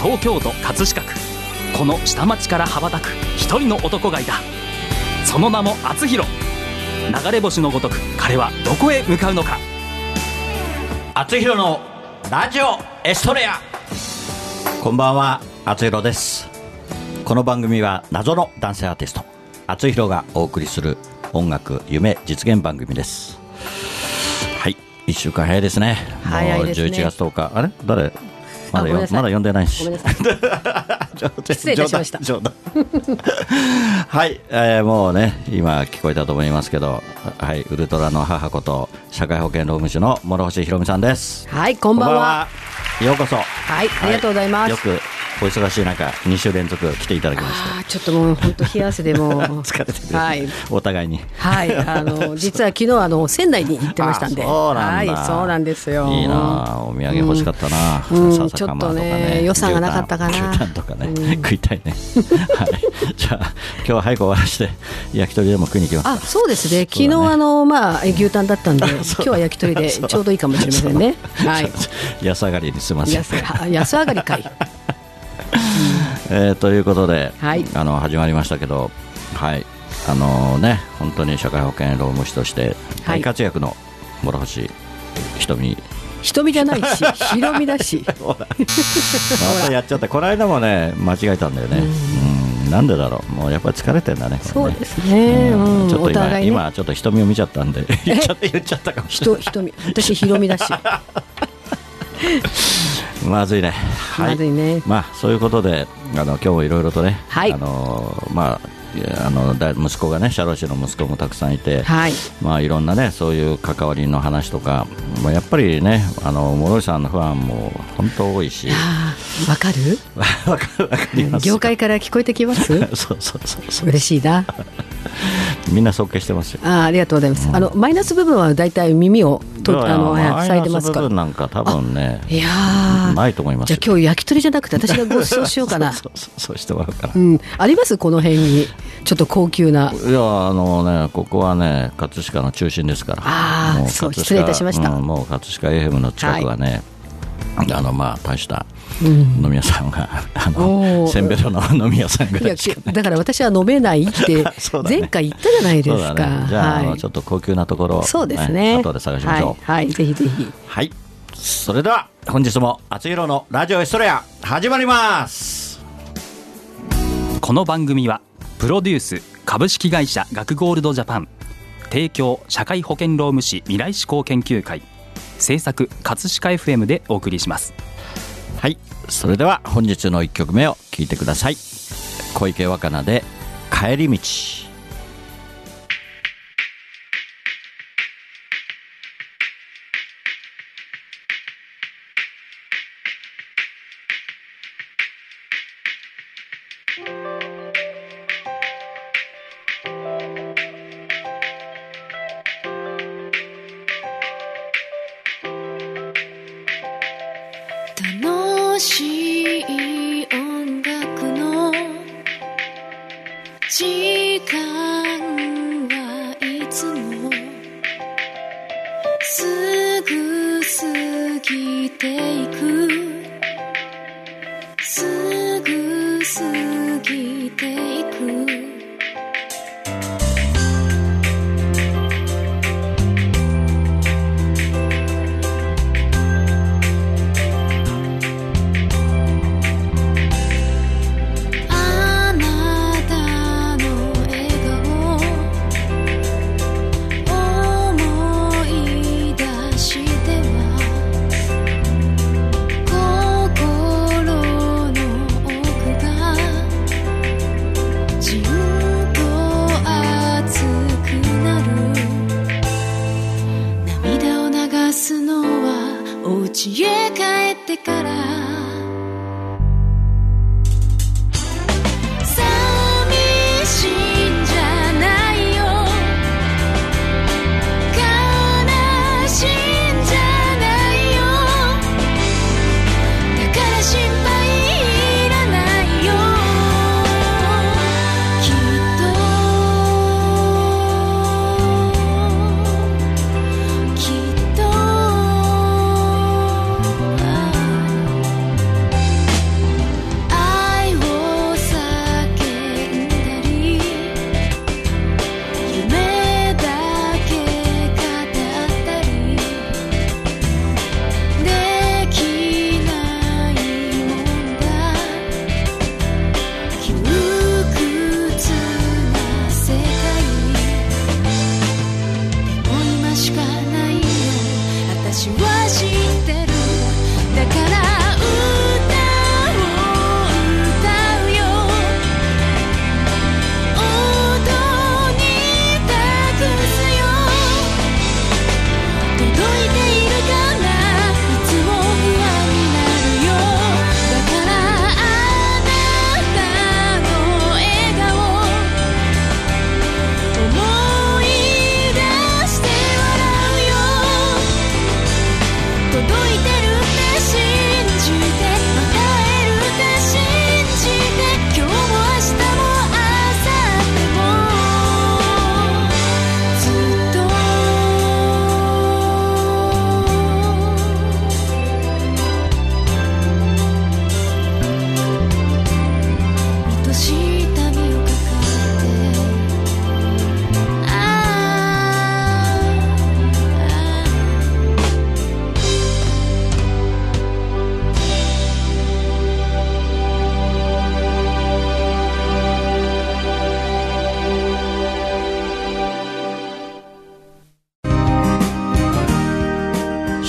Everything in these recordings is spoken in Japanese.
東京都葛飾区、この下町から羽ばたく一人の男がいた。その名も厚弘。流れ星のごとく彼はどこへ向かうのか。 厚弘のラジオエストレア。こんばんは、厚弘です。この番組は謎の男性アーティスト厚弘がお送りする音楽夢実現番組です。はい、1週間早いですね。 早いですね。 もう11月10日。あれ誰まだ読んでないし。 ごめんなさい失礼いたしました。 冗談はい、もうね今聞こえたと思いますけど、はい、ウルトラの母こと社会保険労務士の諸星ひろみさんです。 はい、こんばんは。 ようこそ。 はい、ありがとうございます。 よくお忙しい中2週連続来ていただきました。 ちょっともう本当冷や汗でも疲れてる、 はい、 お互いに。 はい、実は昨日仙台に行ってましたんで。 そうなんだ、 はい、そうなんですよ。 いいな、お土産欲しかったな、 ちょっとね予算がなかったかな。 牛タンとかね、食いたいねはい、じゃあ今日は早く終わらして焼き鳥でも食いに行きますか。 そうですね、昨日牛タンだったんで今日は焼き鳥でちょうどいいかもしれませんねはい、 安上がりにすみません。 安上がりかいということで、 はい、 始まりましたけど、はい本当に社会保険労務士として大活躍の諸星ひとみ。 ひとみじゃないしひろみだしまたやっちゃった。この間もね間違えたんだよね。なんでだろう、もうやっぱり疲れてんだね。 そうですね、 ちょっとお互いね、 今ちょっと瞳を見ちゃったんで言っちゃったかもしれない。 ひとみ、私ひろみだしまずいね、はい、 まずいね。 そういうことで今日もいろいろとね、 はい、 息子がね、社労士の息子もたくさんいて、 はい、 いろんなねそういう関わりの話とか、やっぱりね諸星さんのファンも本当多いし。 わかるわかります。 業界から聞こえてきますそう嬉しいな。 みんな尊敬してますよ。 ありがとうございます。マイナス部分はだいたい耳を塞いでますから。マイナス部分なんか多分ね、 いやないと思います。 じゃあ今日焼き鳥じゃなくて私がご馳走しようかなそうしてもらうから、 ありますこの辺にちょっと高級な。 いやここはね葛飾の中心ですから。もうそう失礼いたしました。 もう葛飾 FM の近くはね、大した飲み屋さんが、せんべろの飲み屋さんぐらいしかない。 だから私は飲めないって前回言ったじゃないですか。 じゃあ、ちょっと高級なところを、 そうですね、 後で探しましょう。 はい、ぜひぜひ。 はい、それでは本日も厚弘のラジオエストレア始まります。 この番組はプロデュース株式会社学ゴールドジャパン、提供社会保険労務士未来志向研究会、制作葛飾 FM でお送りします。 はい、それでは本日の1曲目を聴いてください。小池若菜で帰り道。 楽しい音楽の時間はいつもすぐ過ぎていく、すぐ過ぎていく。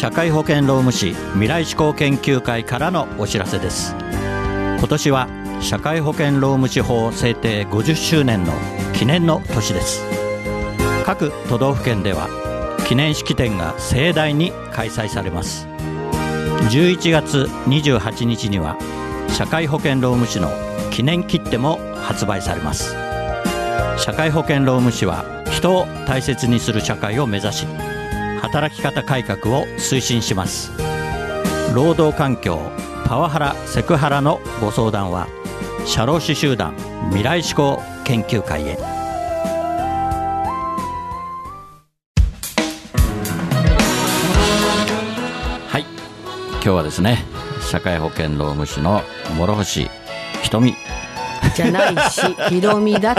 社会保険労務士未来志向研究会からのお知らせです。今年は社会保険労務士法制定50周年の記念の年です。各都道府県では記念式典が盛大に開催されます。11月28日には社会保険労務士の記念切手も発売されます。社会保険労務士は人を大切にする社会を目指し、働き方改革を推進します。労働環境、パワハラ、セクハラのご相談は社労士集団未来志向研究会へ。はい、今日はですね、社会保険労務士の諸星ひとみじゃないしひろみだって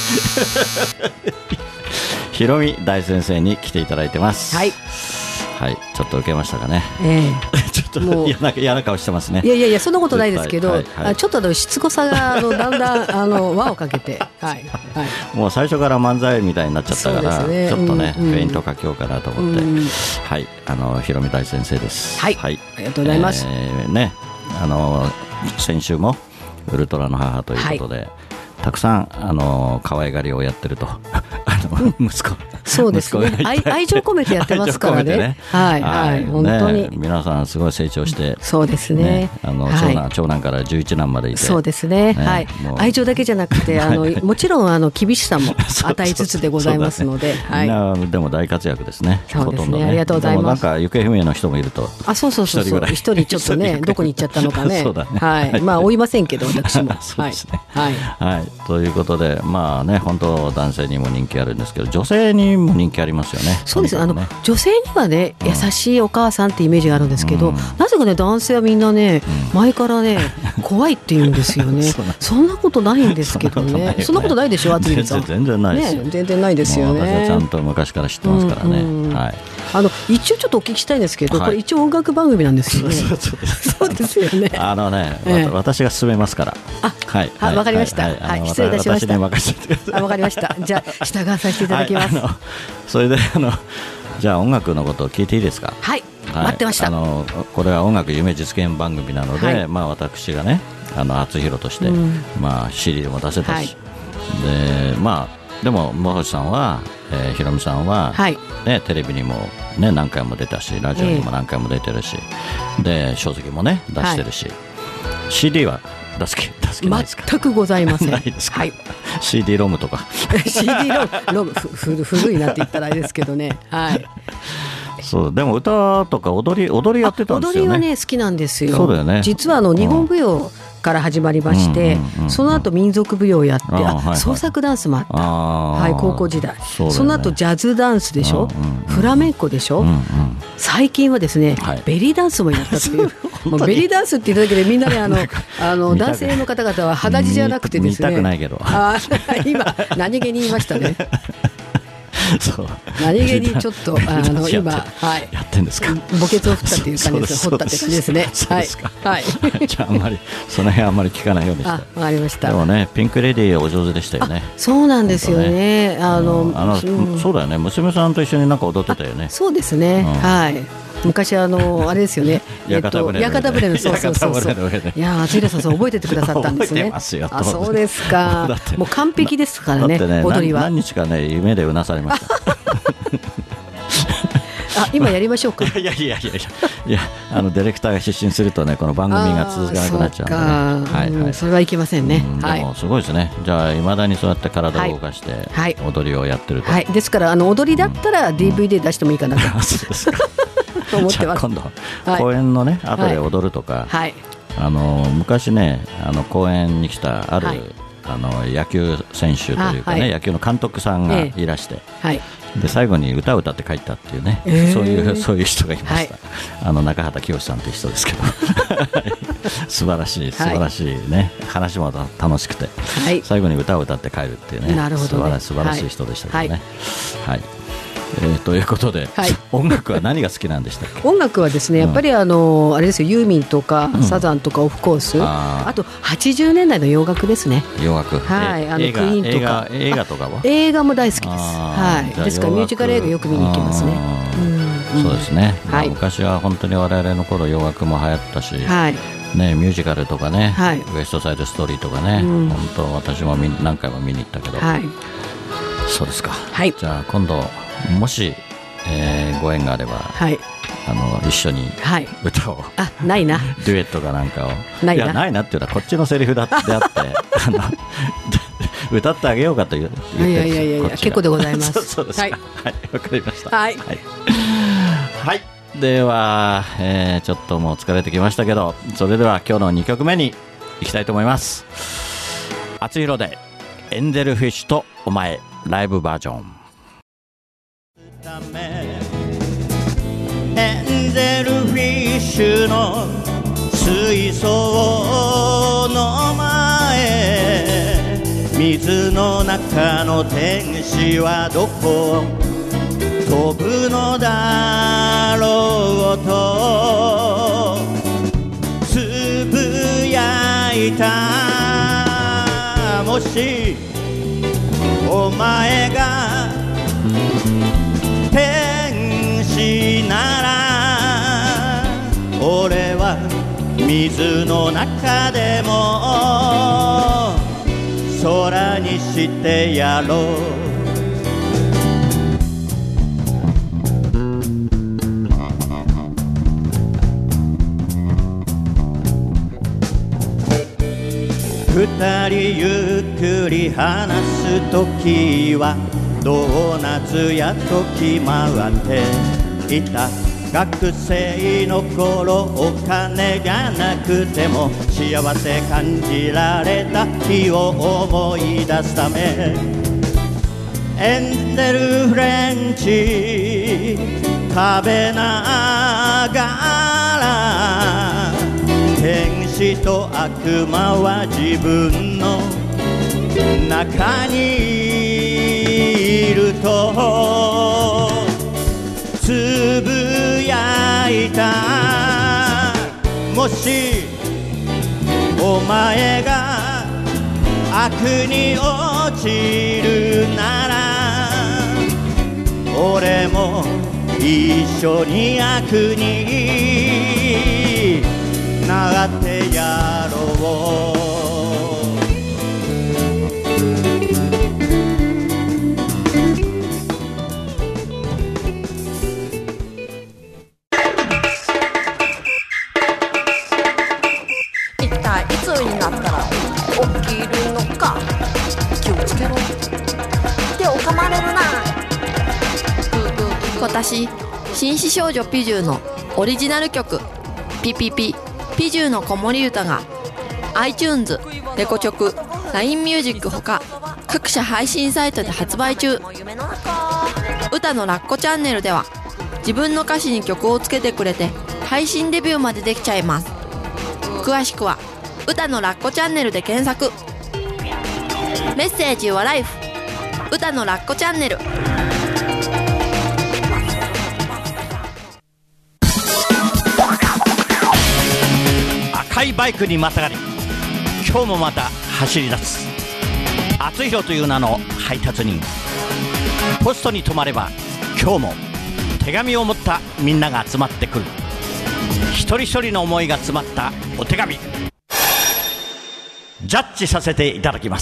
ひろみ大先生に来ていただいてます。 はいはい、ちょっと受けましたかね。ちょっと嫌な顔してますね。 いやそんなことないですけど、 はいはい、 ちょっとしつこさがだんだん輪をかけて、はいはい、 もう最初から漫才みたいになっちゃったから、ね、ちょっとね、フェイントかけようかなと思って、はい、ひろみ大先生です。 はい、はい、ありがとうございます。 ね、先週もウルトラの母ということで、はい、たくさん可愛がりをやってると息子そうですね、愛情込めてやってますからね。はいはい、本当に、 皆さんすごい成長して、 そうですね、 長男から11男までいて、 そうですね、はい、愛情だけじゃなくてもちろん厳しさも与えつつでございますので、みんなでも大活躍ですね。 そうですね、ありがとうございます。 なんか行方不明の人もいると、 そう一人ちょっとねどこに行っちゃったのかね。はい、まあ追いませんけど私も。 そうですね、はい、ということで、まあね、本当男性にも人気あるんですけど、女性にも人気ありますよね。 そうです、女性にはね優しいお母さんってイメージがあるんですけど、なぜかね男性はみんなね前からね怖いって言うんですよね。そんなことないんですけどね。そんなことないでしょ、厚切さん。 全然ないですよ、 全然ないですよね。 私はちゃんと昔から知ってますからね。はい、 一応ちょっとお聞きしたいんですけど、これ一応音楽番組なんですよね。そうですよね。 私が進めますから。 はい、わかりました。はい、失礼いたしました。わかりました。じゃあ従わさせていただきます。 それでじゃあ音楽のことを聞いていいですか。 はい、待ってました。 これは音楽夢実現番組なので、まあ私がね厚弘として、まあ CD でも出せたし、でまあでも諸星さんは、ひろみさんは、ね、テレビにもね何回も出たし、ラジオにも何回も出てるし、で書籍もね出してるし、CD は出す気ないですか。 全くございません。 ないですか。はい、CD ロムとか CD ロム古いなって言ったらあれですけどね。はい。 そう、でも歌とか踊りやってたんですよね。 踊りはね好きなんですよ。 そうだよね。実は日本舞踊から始まりまして、その後民族舞踊をやって、創作ダンスもあった。はい、高校時代。その後ジャズダンスでしょ、フラメンコでしょ、最近はですねベリーダンスもやったっていう。もうベリーダンスって言っただけでみんなね男性の方々は裸地じゃなくてですね。 見たくないけど。 今何気に言いましたね。 そう何気にちょっと今やってんですか。 墓穴を振ったっていう感じです。掘ったって感じですね。はい。 じゃああんまりその辺あんまり聞かないようにして。 わかりました。 でもね、ピンクレディーお上手でしたよね。 そうなんですよね。 そうだよね。娘さんと一緒になんか踊ってたよね。 そうですね。はい。昔あれですよね。屋形船のそう。いや厚弘さん覚えててくださったんですね。そうですか。もう完璧ですからね。踊りは。 何日かね夢でうなされました。 今やりましょうか。 いやディレクターが失神するとね、この番組が続かなくなっちゃうんで、はい、それはいけませんね。 でもすごいですね。じゃあいまだにそうやって体を動かして踊りをやってると。 はい、ですから踊りだったら DVD 出してもいいかなと思ってます。 今度公演のね後で踊るとか、昔ね公演に来たある野球選手というかね、野球の監督さんがいらして、で最後に歌を歌って帰ったっていうね、そういう人がいました。中畑清さんという人ですけど素晴らしいね、話も楽しくて、最後に歌を歌って帰るっていうね、素晴らしい人でしたけどね。ということで、音楽は何が好きなんでしたっけ。 音楽はですねやっぱりあれですよ、ユーミンとかサザンとかオフコース、あと80年代の洋楽ですね。 洋楽、 クイーンとか映画とかは。 映画も大好きです。ですからミュージカル映画よく見に行きますね。 そうですね、 はい、 昔は本当に我々の頃洋楽も流行ったし、 はいね、ミュージカルとかね、 はい、 ウエストサイドストーリーとかね、本当私も何回も見に行ったけど、 はい、 そうですか、 はい、 じゃあ今度もし、ご縁があれば、 はい、 一緒に歌を、 はい、ないなデュエットかなんかをないな、 いやないなっていうのはこっちのセリフであって歌ってあげようかと言っていや結構でございます。 そうですか、はい、わかりました。 はい、 はいはい、では、ちょっともう疲れてきましたけど、それでは今日の2曲目に行きたいと思います。厚弘でエンゼルフィッシュとお前ライブバージョン。 エンゼルフィッシュの水槽の前、水の中の天使はどこ飛ぶのだろうとつぶやいた。もしお前が天使なら俺は水の中でも空にしてやろう。二人ゆっくり話すときはドーナツやと決まっていた。学生の頃お金がなくても幸せ感じられた日を思い出すためエンゼルフレンチ食べながら天使と悪魔は自分の中にいるとつぶやいた。もしお前が悪に落ちるなら俺も一緒に悪になってやろう。 今年紳士少女ピジューのオリジナル曲ピピピピジューの子守歌が iTunes、レコチョク、LINE ミュージックほか各種配信サイトで発売中。歌のラッコチャンネルでは自分の歌詞に曲をつけてくれて配信デビューまでできちゃいます。詳しくは歌のラッコチャンネルで検索。メッセージはライフ歌のラッコチャンネル。 赤いバイクにまたがり今日もまた走り出す厚弘という名の配達人。ポストに止まれば今日も手紙を持ったみんなが集まってくる。一人一人の思いが詰まったお手紙ジャッジさせていただきます。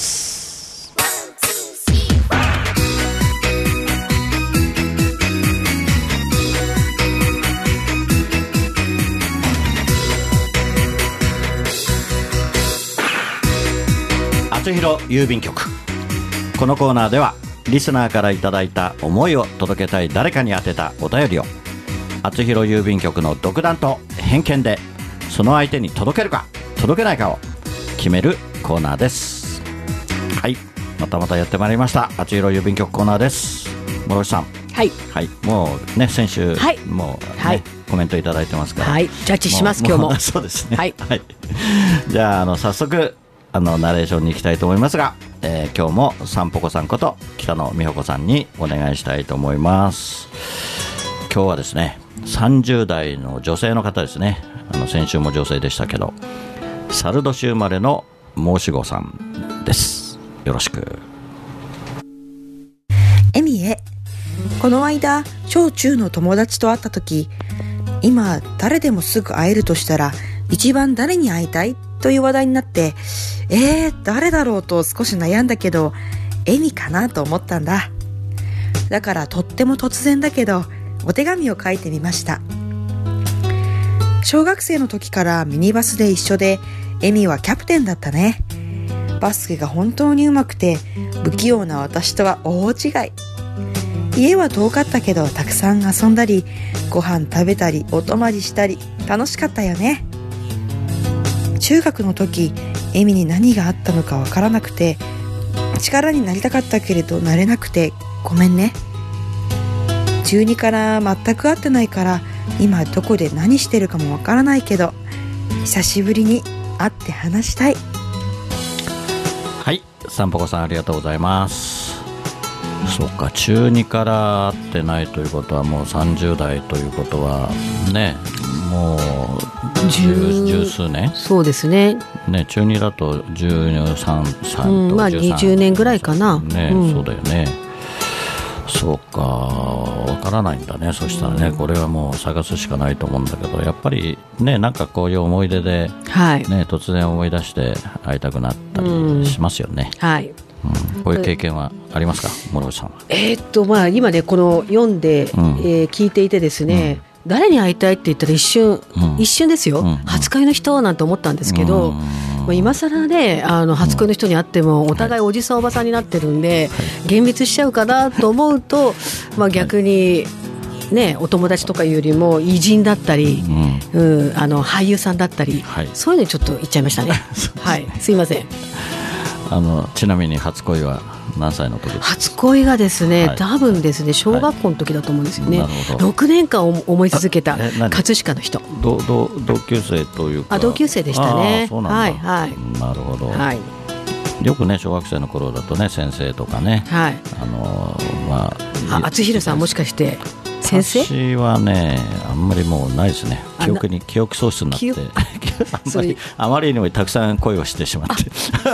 厚弘郵便局。このコーナーではリスナーからいただいた思いを届けたい誰かに宛てたお便りを厚弘郵便局の独断と偏見でその相手に届けるか届けないかを決めるコーナーです。はい、またやってまいりました厚弘郵便局コーナーです。諸石さん、 はい、 はい、もうね先週、 はい、 もう、ね、 はい、 コメントいただいてますから、 はい、ジャッジします今日もそうですね、 はい、 はい、じゃあ早速ナレーションに行きたいと思いますが、今日もさんぽこさんこと北野美穂子さんにお願いしたいと思います。今日はですね30代の女性の方ですね。先週も女性でしたけど猿年生まれの申し子さんです。よろしく。 エミへこの間小中の友達と会った時、今誰でもすぐ会えるとしたら一番誰に会いたいという話題になって、誰だろうと少し悩んだけど、エミかなと思ったんだ。だからとっても突然だけどお手紙を書いてみました。小学生の時からミニバスで一緒で、エミはキャプテンだったね。バスケが本当にうまくて、不器用な私とは大違い。家は遠かったけどたくさん遊んだり、ご飯食べたりお泊まりしたり楽しかったよね。中学の時、エミに何があったのかわからなくて、力になりたかったけれどなれなくてごめんね。中2から全く会ってないから、今どこで何してるかもわからないけど、久しぶりに会って話したい。 はい、さんぽこさんありがとうございます。そうか、中2から会ってないということはもう30代ということはね、もう十数年。 そうですね。 ね、中2だと13とまあ20年ぐらいかな。 ね、そうだよね。そうか、わからないんだね。そしたらね、これはもう探すしかないと思うんだけど、やっぱりね、なんかこういう思い出で、ね、突然思い出して会いたくなったりしますよね。 はい。 こういう経験はありますか、諸星さんは。 まあ今ね、この読んで、聞いていてですね、誰に会いたいって言ったら一瞬ですよ、初恋の人なんて思ったんですけど、今更ね、初恋の人に会ってもお互いおじさんおばさんになってるんで、幻滅しちゃうかなと思うと、逆にね、お友達とかいうよりも偉人だったり、俳優さんだったり、そういうのにちょっと言っちゃいましたね。はい、すいません。 ちなみに初恋は何歳の時ですか？ 初恋がですね、多分ですね、小学校の時だと思うんですよね。6年間思い続けた葛飾の人。 同級生というか。 同級生でしたね。 そうなんだ。なるほど。よくね、小学生の頃だとね、先生とかね、 厚弘さんもしかして先生？ 私はね、あんまりもうないですね。記憶喪失になってあまりにもたくさん恋をしてしまって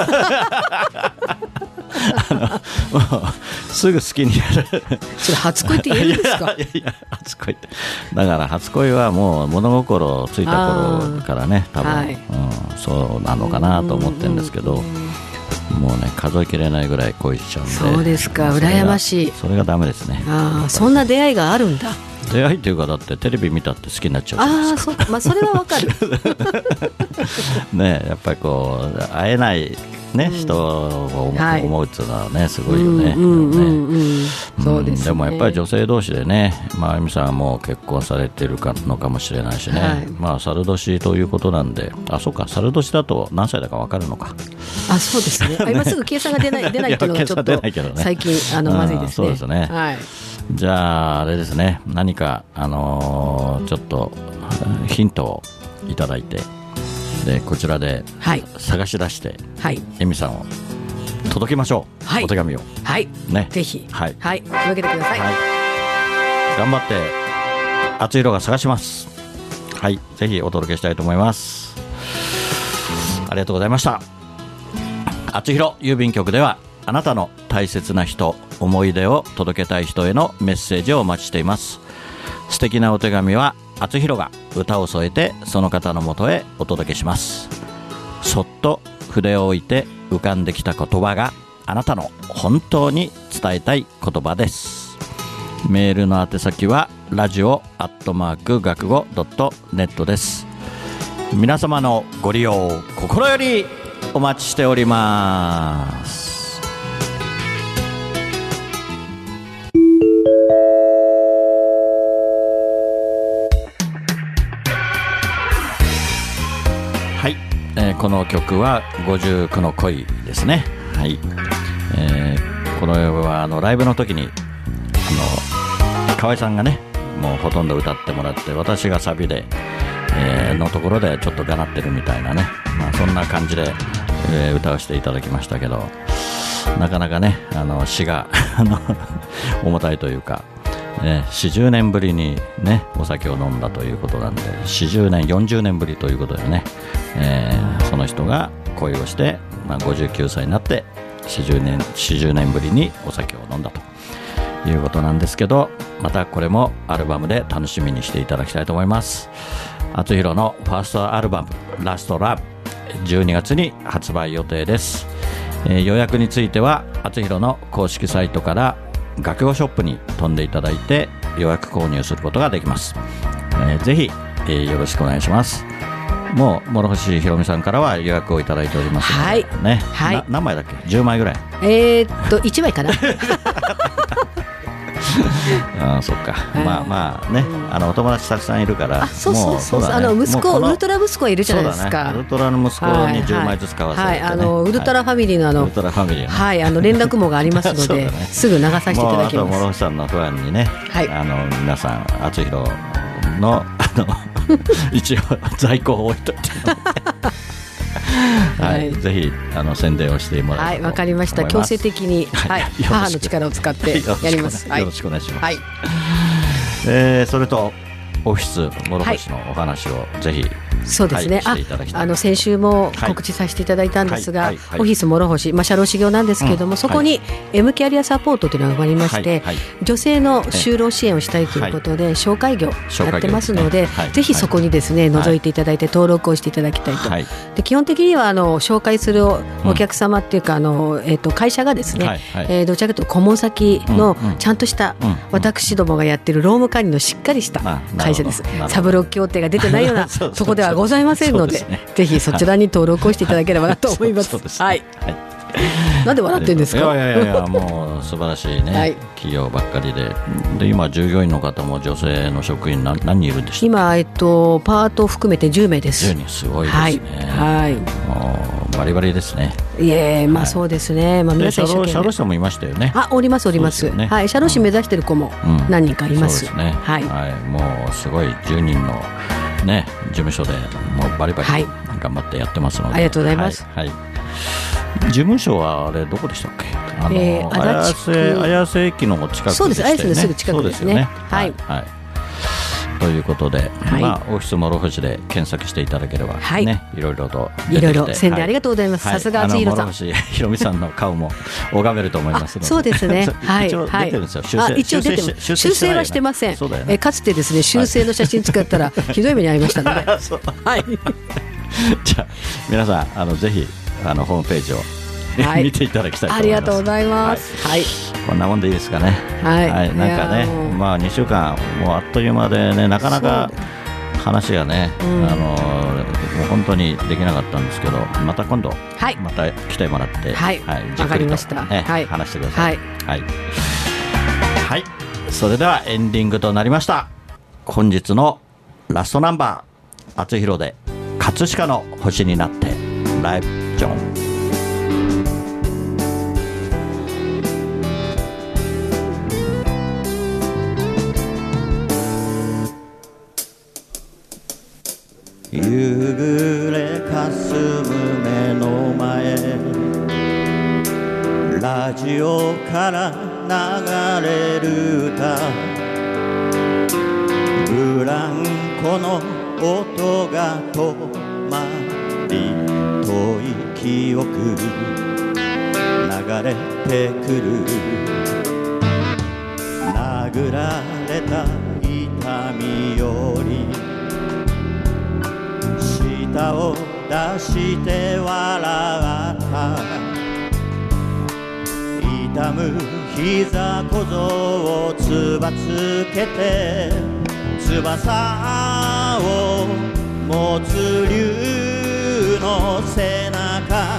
もうすぐ好きになる。 それ初恋って言えるんですか？ いや初恋って、だから初恋はもう物心ついた頃からね、多分、そうなのかなと思ってるんですけど、もうね、数えきれないぐらい恋しちゃうんで。 そうですか、羨ましい。 それがダメですね。 そんな出会いがあるんだ。 出会いというか、だってテレビ見たって好きになっちゃうじゃないですか。 それはわかるね、やっぱりこう会えないね、人を思うっていうのはね、すごいよね。 そうですね。 でもやっぱり女性同士でね、あゆみさんはもう結婚されてるのかもしれないしね、猿年ということなんで、そうか、猿年だと何歳だか分かるのか。 そうですね。今すぐ計算が出ないっていうのがちょっと最近まずいですね。 そうですね。じゃああれですね、何かちょっとヒントをいただいて、でこちらで探し出して、エミさんを届けましょう。お手紙をね、ぜひ届けてください。 頑張って厚弘が探します。ぜひお届けしたいと思います。ありがとうございました。厚弘郵便局では、あなたの大切な人、思い出を届けたい人へのメッセージをお待ちしています。素敵なお手紙は厚弘が歌を添えてその方のもとへお届けします。そっと筆を置いて浮かんできた言葉があなたの本当に伝えたい言葉です。メールの宛先はradio@学語.net です。皆様のご利用心よりお待ちしております。この曲は59の恋ですね。このはライブの時に河合さんがね、もうほとんど歌ってもらって、私がサビで、のところでちょっとがなってるみたいなね、そんな感じで、歌わせていただきましたけど、なかなかね、詩が重たいというか、40年ぶりにね、お酒を飲んだということなんで、40年40年ぶりということでね、その人が恋をして、59歳になって40年ぶりにお酒を飲んだということなんですけど、またこれもアルバムで楽しみにしていただきたいと思います。厚弘のファーストアルバムラストラブ、12月に発売予定です。予約については厚弘の公式サイトから学語ショップに飛んでいただいて予約購入することができます。ぜひ、よろしくお願いします。もう諸星ひろみさんからは予約をいただいておりますので、ね、はい、何枚だっけ、10枚ぐらい、 1枚かなあ、そっか、まあね、お友達たくさんいるから、 そう、息子、ウルトラ息子いるじゃないですか、 ウルトラの息子に10枚ずつ買わせて、 ウルトラファミリーのウルトラファミリー、連絡網がありますので、すぐ流させていただきます。 あと諸星さんのファンにね、皆さん厚弘の一応在庫を置いといてぜひ宣伝をしてもらえればと思います。わかりました。強制的に、母の力を使ってやります。 よろしくお願いします。それとオフィス諸星のお話をぜひ、 そうですね、先週も告知させていただいたんですが、オフィス諸星、社労士業なんですけれども、そこに M キャリアサポートというのが生まれまして、女性の就労支援をしたいということで紹介業やってますので、ぜひそこにですね覗いていただいて登録をしていただきたいと。で、基本的には紹介するお客様っていうか、会社がですね、どちらかというと顧問先のちゃんとした私どもがやってる労務管理のしっかりした会社です。サブロック協定が出てないようなそこではございませんので、ぜひそちらに登録をしていただければなと思います。なんで笑ってるんですか。 いやもう素晴らしいね、企業ばっかりで、今従業員の方も女性の職員何人いるんでしょう。 今、パートを含めて10名です。 10人、すごいですね。もうバリバリですね。 そうですね。皆さん一生懸命。 社労士さんもいましたよね。 おります。社労士目指している子も何人かいます。 そうですね。もうすごい10人のね、事務所でもうバリバリ頑張ってやってますので、 ありがとうございます。 事務所はあれどこでしたっけ。綾瀬駅の近くでしたよね。そうです。綾瀬のすぐ近くですね。ということで、オフィス諸星で検索していただければね、いろいろと出てきて、 宣伝ありがとうございます。さすが厚弘さん。 諸星ひろみさんの顔も拝めると思いますので。 そうですね。 一応出てるんですよ。 一応出てます。修正はしてません。かつてですね、修正の写真使ったらひどい目に遭いましたので。 じゃあ皆さんぜひホームページを見ていただきたいと思います。 ありがとうございます。 こんなもんでいいですかね。なんかね、2週間もうあっという間でね、なかなか話がね、もう本当にできなかったんですけど、また今度、また来てもらって、じっくりと話してください。それではエンディングとなりました。本日のラストナンバー、厚弘で葛飾の星になってライブジョン。 夕暮れかすむ目の前、ラジオから流れる歌、ブランコの音が止まり、遠い記憶流れてくる、殴られた痛みより舌を出して笑った痛む膝小僧をつばつけて翼を持つ竜の背中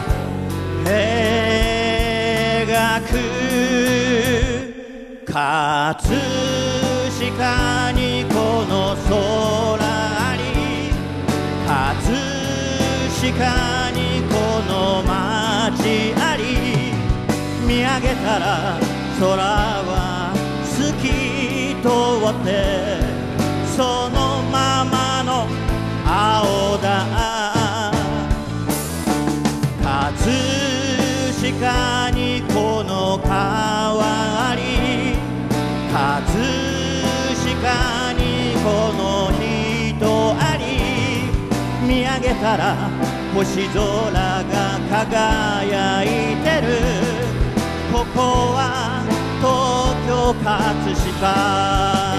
描く葛飾にこの空あり葛飾にこの街あり見上げたら空は透き通ってそのままの青だ葛飾にこの川あり葛飾にこの人あり見上げたら星空が輝いてるここは東京京葛飾。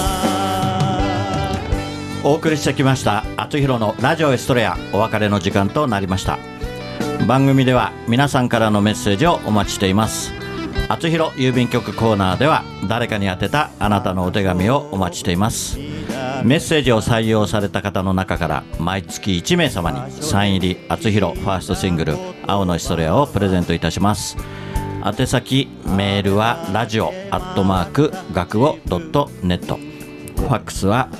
お送りしてきましたあつひろのラジオエストレア、お別れの時間となりました。番組では皆さんからのメッセージをお待ちしています。あつひろ郵便局コーナーでは誰かに宛てたあなたのお手紙をお待ちしています。メッセージを採用された方の中から毎月1名様にサイン入りあつひろファーストシングル青のエストレアをプレゼントいたします。宛先メールはラジオ学語.net、 ファックスは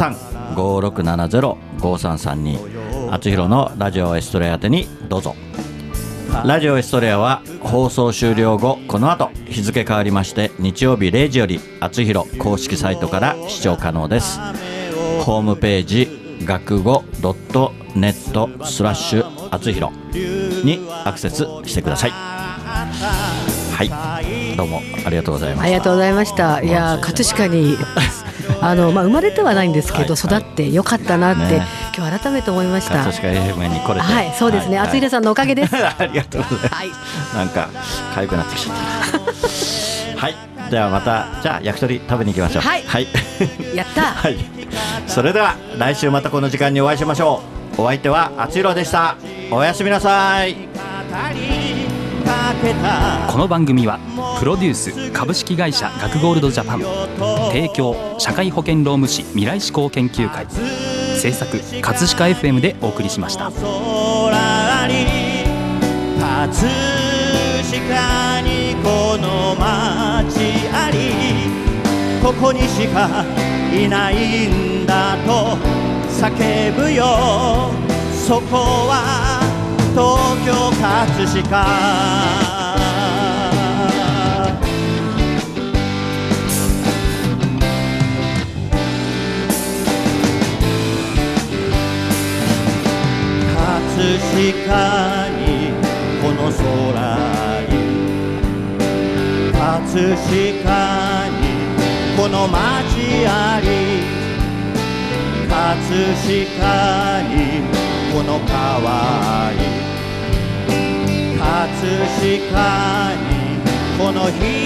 03-5670-5332、 あつひろのラジオエストレア宛てにどうぞ。ラジオエストレアは放送終了後、この後日付変わりまして日曜日0時よりあつひろ公式サイトから視聴可能です。ホームページ学語.net/あつひろにアクセスしてください。はい、どうもありがとうございました。 ありがとうございました。いや葛飾に生まれてはないんですけど、育ってよかったなって、今日改めて思いました。 葛飾 FM に来れて、 はい、そうですね、あつひろさんのおかげです。 ありがとうございます。なんか痒くなってきちゃったはい、ではまたじゃあ焼き鳥食べに行きましょう。 はい、やったはい、それでは来週またこの時間にお会いしましょう。お相手はあつひろでした。おやすみなさい。 この番組はプロデュース株式会社学ゴールドジャパン、提供社会保険労務士未来志向研究会、制作葛飾 FM でお送りしました。 葛飾にこの街あり、ここにしかいないんだと叫ぶよ。そこは東京葛飾。葛飾にこの空に、葛飾にこの街あり、葛飾にこの川に、葛飾にこの人